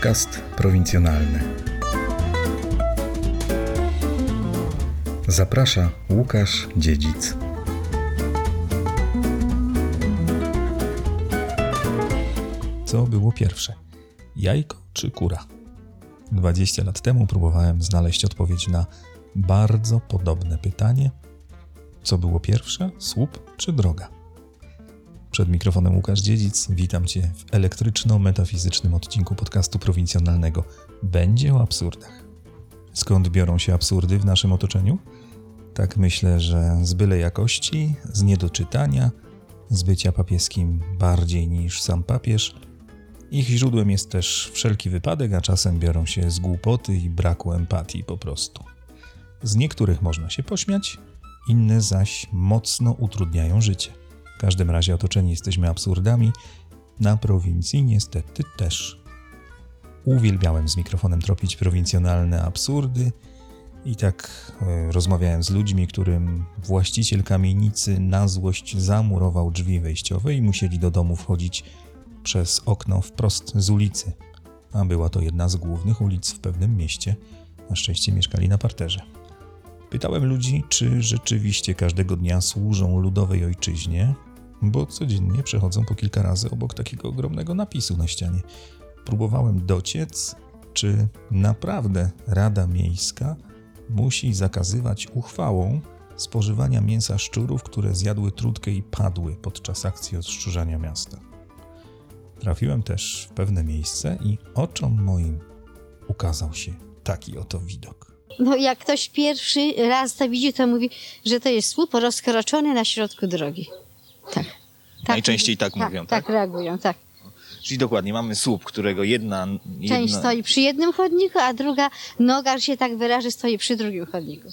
Podcast prowincjonalny. Zaprasza Łukasz Dziedzic. Co było pierwsze? Jajko czy kura? 20 lat temu próbowałem znaleźć odpowiedź na bardzo podobne pytanie. Co było pierwsze? Słup czy droga? Przed mikrofonem Łukasz Dziedzic. Witam Cię w elektryczno-metafizycznym odcinku podcastu prowincjonalnego. Będzie o absurdach. Skąd biorą się absurdy w naszym otoczeniu? Tak myślę, że z byle jakości, z niedoczytania, z bycia papieskim bardziej niż sam papież. Ich źródłem jest też wszelki wypadek, a czasem biorą się z głupoty i braku empatii po prostu. Z niektórych można się pośmiać, inne zaś mocno utrudniają życie. W każdym razie otoczeni jesteśmy absurdami, na prowincji niestety też. Uwielbiałem z mikrofonem tropić prowincjonalne absurdy i tak rozmawiałem z ludźmi, którym właściciel kamienicy na złość zamurował drzwi wejściowe i musieli do domu wchodzić przez okno wprost z ulicy. A była to jedna z głównych ulic w pewnym mieście. Na szczęście mieszkali na parterze. Pytałem ludzi, czy rzeczywiście każdego dnia służą ludowej ojczyźnie, bo codziennie przechodzą po kilka razy obok takiego ogromnego napisu na ścianie. Próbowałem dociec, czy naprawdę Rada Miejska musi zakazywać uchwałą spożywania mięsa szczurów, które zjadły trutkę i padły podczas akcji odszczurzania miasta. Trafiłem też w pewne miejsce i oczom moim ukazał się taki oto widok. No jak ktoś pierwszy raz to widzi, to mówi, że to jest słup rozkroczony na środku drogi. Tak. Najczęściej tak mówią, tak? Tak reagują, tak. Czyli dokładnie, mamy słup, którego jedna... Część stoi przy jednym chodniku, a druga noga, że się tak wyrażę, stoi przy drugim chodniku.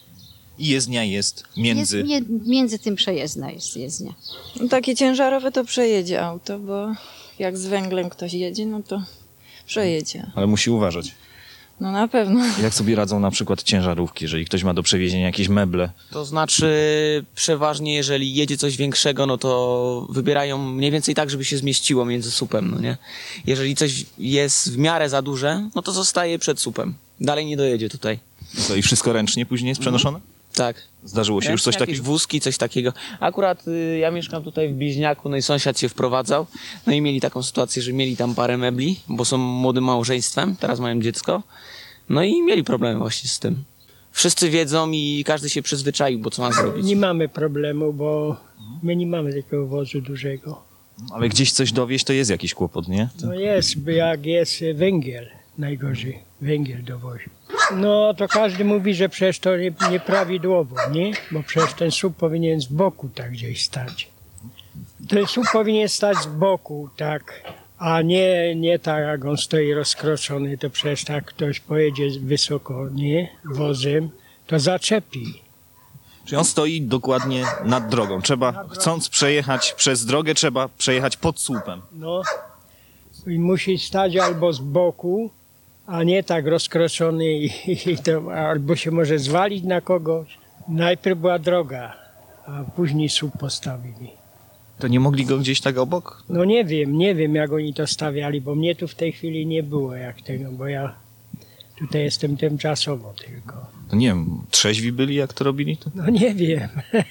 I jezdnia jest między... Między tym przejezdna jest jezdnia. No, takie ciężarowe to przejedzie auto, bo jak z węglem ktoś jedzie, no to przejedzie. Ale musi uważać. No na pewno. Jak sobie radzą na przykład ciężarówki, jeżeli ktoś ma do przewiezienia jakieś meble? To znaczy przeważnie jeżeli jedzie coś większego, no to wybierają mniej więcej tak, żeby się zmieściło między słupem, no nie? Jeżeli coś jest w miarę za duże, no to zostaje przed słupem. Dalej nie dojedzie tutaj. To i wszystko ręcznie później jest przenoszone? Tak. Zdarzyło się już coś Jakieś takiego? wózki, coś takiego. Akurat ja mieszkam tutaj w Bliźniaku, no i sąsiad się wprowadzał. No i mieli taką sytuację, że mieli tam parę mebli, bo są młodym małżeństwem, teraz mają dziecko. No i mieli problemy właśnie z tym. Wszyscy wiedzą i każdy się przyzwyczaił, bo co ma zrobić? Nie mamy problemu, bo my nie mamy takiego wozu dużego. Ale gdzieś coś dowieść, to jest jakiś kłopot, nie? No jest, jak jest węgiel, najgorzej, węgiel dowozi. No to każdy mówi, że przecież to nieprawidłowo, nie? Bo przecież ten słup powinien z boku tak gdzieś stać. Ten słup powinien stać z boku, tak, a nie tak jak on stoi rozkroczony, to przecież tak ktoś pojedzie wysoko, nie? Wozem, to zaczepi. Czyli on stoi dokładnie nad drogą. Chcąc przejechać przez drogę, trzeba przejechać pod słupem. No i musi stać albo z boku, a nie tak rozkroczony i to, albo się może zwalić na kogoś. Najpierw była droga, a później słup postawili. To nie mogli go gdzieś tak obok? No nie wiem jak oni to stawiali, bo mnie tu w tej chwili nie było jak tego, bo ja tutaj jestem tymczasowo tylko. To nie wiem, trzeźwi byli jak to robili? To... No nie wiem.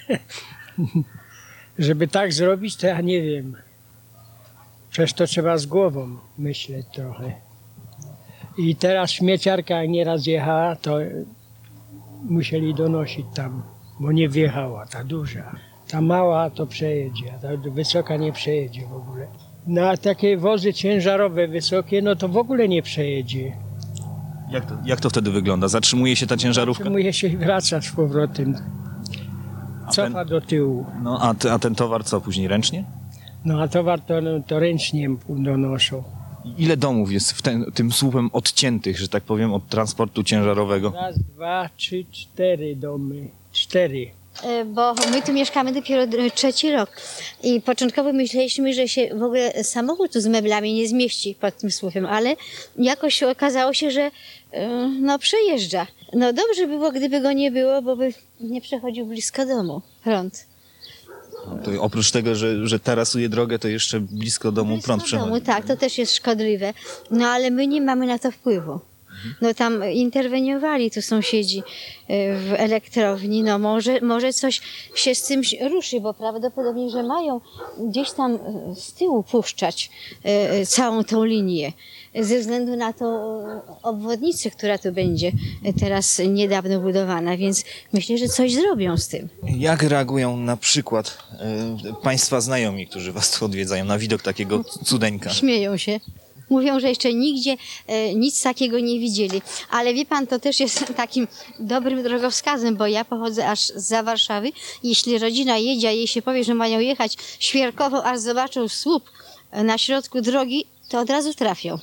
Żeby tak zrobić, to ja nie wiem. Przecież to trzeba z głową myśleć trochę. I teraz śmieciarka jak nieraz jechała, to musieli donosić tam, bo nie wjechała ta duża. Ta mała to przejedzie, a ta wysoka nie przejedzie w ogóle. Na takie wozy ciężarowe wysokie, no to w ogóle nie przejedzie. Jak to wtedy wygląda? Zatrzymuje się ta ciężarówka? Zatrzymuje się i wraca z powrotem. Cofa do tyłu. No a ten towar co, później ręcznie? No a towar to ręcznie donoszą. Ile domów jest tym słupem odciętych, że tak powiem, od transportu ciężarowego? Raz, dwa, trzy, 4 domy. 4. Bo my tu mieszkamy dopiero 3 rok i początkowo myśleliśmy, że się w ogóle samochód tu z meblami nie zmieści pod tym słupem, ale jakoś okazało się, że no przejeżdża. No dobrze by było, gdyby go nie było, bo by nie przechodził blisko domu prąd. To oprócz tego, że tarasuje drogę, to jeszcze blisko domu prąd Blisko domu, przechodzi. tak, to też jest szkodliwe. No ale my nie mamy na to wpływu. No tam interweniowali tu sąsiedzi w elektrowni, no może coś się z tym ruszy, bo prawdopodobnie, że mają gdzieś tam z tyłu puszczać całą tą linię. Ze względu na tą obwodnicę, która tu będzie teraz niedawno budowana, więc myślę, że coś zrobią z tym. Jak reagują na przykład państwa znajomi, którzy was tu odwiedzają na widok takiego cudeńka? Śmieją się. Mówią, że jeszcze nigdzie nic takiego nie widzieli. Ale wie pan, to też jest takim dobrym drogowskazem, bo ja pochodzę aż zza Warszawy. Jeśli rodzina jedzie, a jej się powie, że mają jechać Świerkową, aż zobaczą słup na środku drogi, to od razu trafią.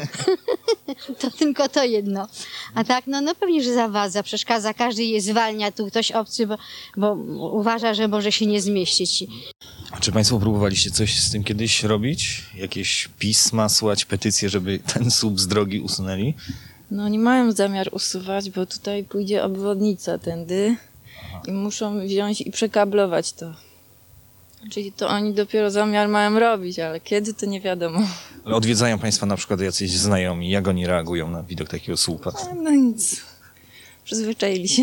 To tylko to jedno. A tak, no pewnie, że zawadza, przeszkadza. Każdy je zwalnia, tu ktoś obcy, bo uważa, że może się nie zmieścić. A czy państwo próbowaliście coś z tym kiedyś robić? Jakieś pisma, słać petycje, żeby ten słup z drogi usunęli? No nie mają zamiar usuwać, bo tutaj pójdzie obwodnica tędy i muszą wziąć i przekablować to. Czyli to oni dopiero zamiar mają robić, ale kiedy to nie wiadomo. Ale odwiedzają państwa na przykład jacyś znajomi. Jak oni reagują na widok takiego słupa? No nic, przyzwyczaili się.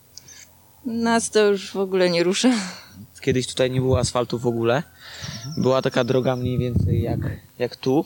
Nas to już w ogóle nie rusza. Kiedyś tutaj nie było asfaltu w ogóle. Była taka droga mniej więcej jak tu.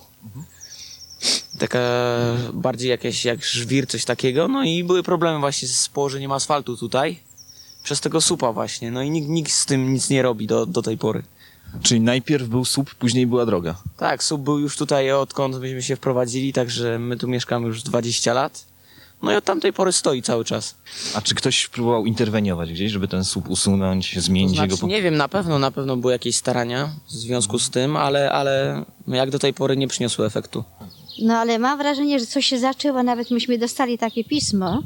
Taka bardziej jakieś jak żwir, coś takiego. No i były problemy właśnie z położeniem asfaltu tutaj. Przez tego słupa właśnie. No i nikt z tym nic nie robi do tej pory. Czyli najpierw był słup, później była droga. Tak, słup był już tutaj odkąd myśmy się wprowadzili, także my tu mieszkamy już 20 lat. No i od tamtej pory stoi cały czas. A czy ktoś próbował interweniować gdzieś, żeby ten słup usunąć, zmienić To jego... znaczy, nie wiem, na pewno były jakieś starania w związku z tym, ale jak do tej pory nie przyniosły efektu. No ale mam wrażenie, że coś się zaczęło, nawet myśmy dostali takie pismo,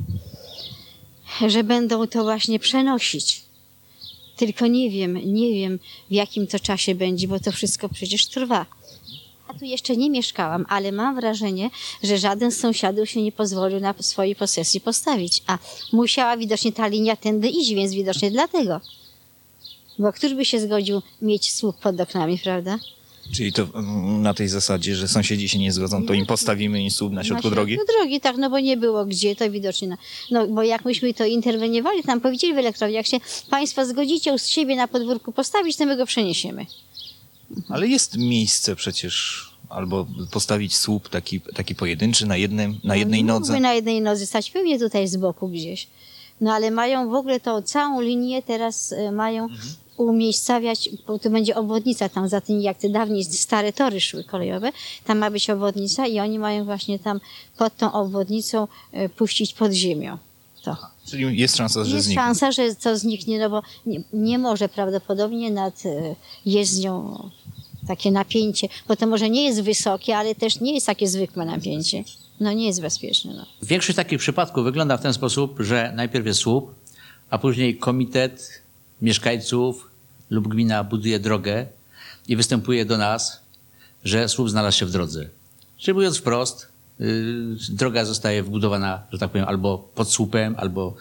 że będą to właśnie przenosić. Tylko nie wiem w jakim to czasie będzie, bo to wszystko przecież trwa. Ja tu jeszcze nie mieszkałam, ale mam wrażenie, że żaden z sąsiadów się nie pozwolił na swojej posesji postawić, a musiała widocznie ta linia tędy iść, więc widocznie dlatego. Bo któż by się zgodził mieć słup pod oknami, prawda? Czyli to na tej zasadzie, że sąsiedzi się nie zgodzą, to im postawimy im słup na środku drogi? Na środku drogi, tak, no bo nie było gdzie, to widocznie. No bo jak myśmy to interweniowali, tam powiedzieli w elektrowni, jak się państwo zgodzicie z siebie na podwórku postawić, to my go przeniesiemy. Ale jest miejsce przecież, albo postawić słup taki pojedynczy na jednej nodze. Mógłby na jednej nodze stać, pewnie tutaj z boku gdzieś. No ale mają w ogóle tą całą linię teraz mają umiejscawiać, bo to będzie obwodnica tam za tym, jak te dawniej stare tory szły kolejowe, tam ma być obwodnica i oni mają właśnie tam pod tą obwodnicą puścić pod ziemią. To. Czyli jest szansa, że Jest zniknie. szansa, że to zniknie, no bo nie może prawdopodobnie nad jezdnią takie napięcie, bo to może nie jest wysokie, ale też nie jest takie zwykłe napięcie. No nie jest bezpieczne. No. Większość takich przypadków wygląda w ten sposób, że najpierw jest słup, a później komitet mieszkańców lub gmina buduje drogę i występuje do nas, że słup znalazł się w drodze. Czyli mówiąc wprost, droga zostaje wbudowana, że tak powiem, albo pod słupem, albo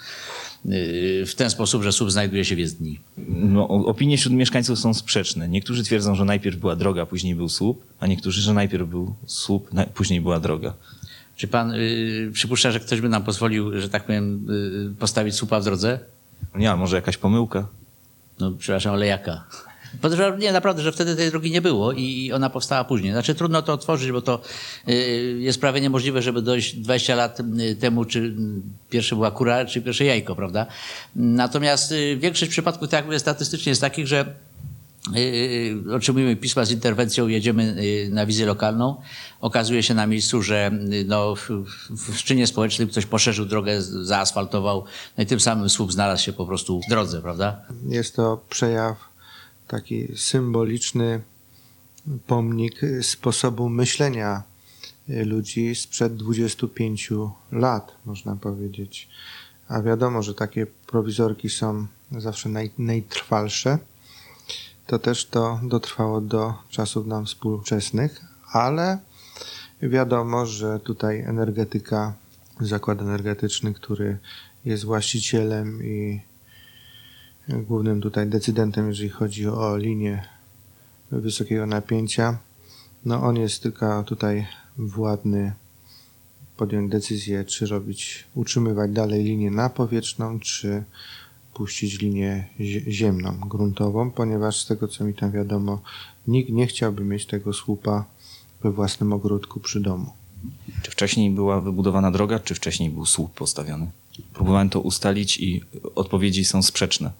w ten sposób, że słup znajduje się w jezdni. No, opinie wśród mieszkańców są sprzeczne. Niektórzy twierdzą, że najpierw była droga, później był słup, a niektórzy, że najpierw był słup, później była droga. Czy pan przypuszcza, że ktoś by nam pozwolił, że tak powiem, postawić słupa w drodze? Nie, a może jakaś pomyłka? No, przepraszam, ale jaka? Podejrzewam, nie, naprawdę, że wtedy tej drogi nie było i ona powstała później. Znaczy trudno to otworzyć, bo to jest prawie niemożliwe, żeby dojść 20 lat temu, czy pierwsze była kura, czy pierwsze jajko, prawda? Natomiast większość przypadków, tak jak mówię, statystycznie jest takich, że otrzymujemy pisma z interwencją, jedziemy na wizję lokalną. Okazuje się na miejscu, że no, w czynie społecznym ktoś poszerzył drogę, zaasfaltował, no i tym samym słup znalazł się po prostu w drodze, prawda? Jest to przejaw taki symboliczny, pomnik sposobu myślenia ludzi sprzed 25 lat, można powiedzieć. A wiadomo, że takie prowizorki są zawsze najtrwalsze. To też to dotrwało do czasów nam współczesnych, ale wiadomo, że tutaj energetyka, zakład energetyczny, który jest właścicielem i głównym tutaj decydentem, jeżeli chodzi o linię wysokiego napięcia. No on jest tylko tutaj władny podjąć decyzję, czy utrzymywać dalej linię napowietrzną, czy puścić linię ziemną, gruntową, ponieważ z tego, co mi tam wiadomo, nikt nie chciałby mieć tego słupa we własnym ogródku przy domu. Czy wcześniej była wybudowana droga, czy wcześniej był słup postawiony? Próbowałem to ustalić i odpowiedzi są sprzeczne.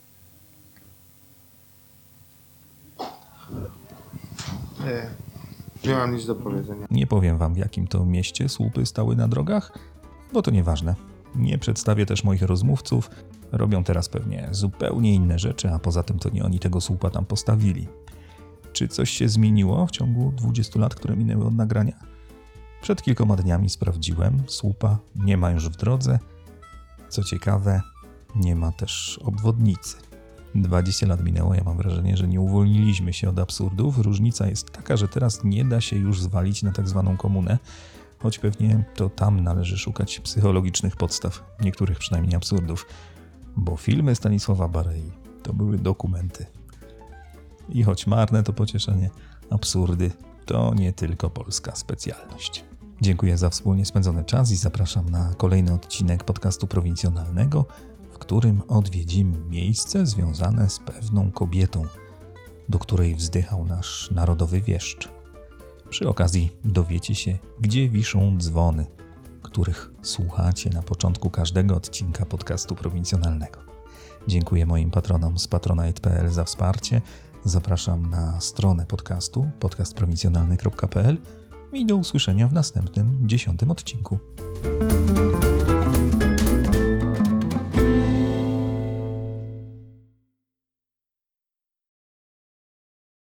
Nie mam nic do powiedzenia. Nie powiem wam, w jakim to mieście słupy stały na drogach, bo to nieważne. Nie przedstawię też moich rozmówców. Robią teraz pewnie zupełnie inne rzeczy, a poza tym to nie oni tego słupa tam postawili. Czy coś się zmieniło w ciągu 20 lat, które minęły od nagrania? Przed kilkoma dniami sprawdziłem. Słupa nie ma już w drodze. Co ciekawe, nie ma też obwodnicy. 20 lat minęło, ja mam wrażenie, że nie uwolniliśmy się od absurdów. Różnica jest taka, że teraz nie da się już zwalić na tak zwaną komunę, choć pewnie to tam należy szukać psychologicznych podstaw, niektórych przynajmniej absurdów, bo filmy Stanisława Barei to były dokumenty. I choć marne to pocieszenie, absurdy to nie tylko polska specjalność. Dziękuję za wspólnie spędzony czas i zapraszam na kolejny odcinek podcastu prowincjonalnego, w którym odwiedzimy miejsce związane z pewną kobietą, do której wzdychał nasz narodowy wieszcz. Przy okazji dowiecie się, gdzie wiszą dzwony, których słuchacie na początku każdego odcinka podcastu prowincjonalnego. Dziękuję moim patronom z patronite.pl za wsparcie. Zapraszam na stronę podcastu podcastprowincjonalny.pl i do usłyszenia w następnym 10. odcinku.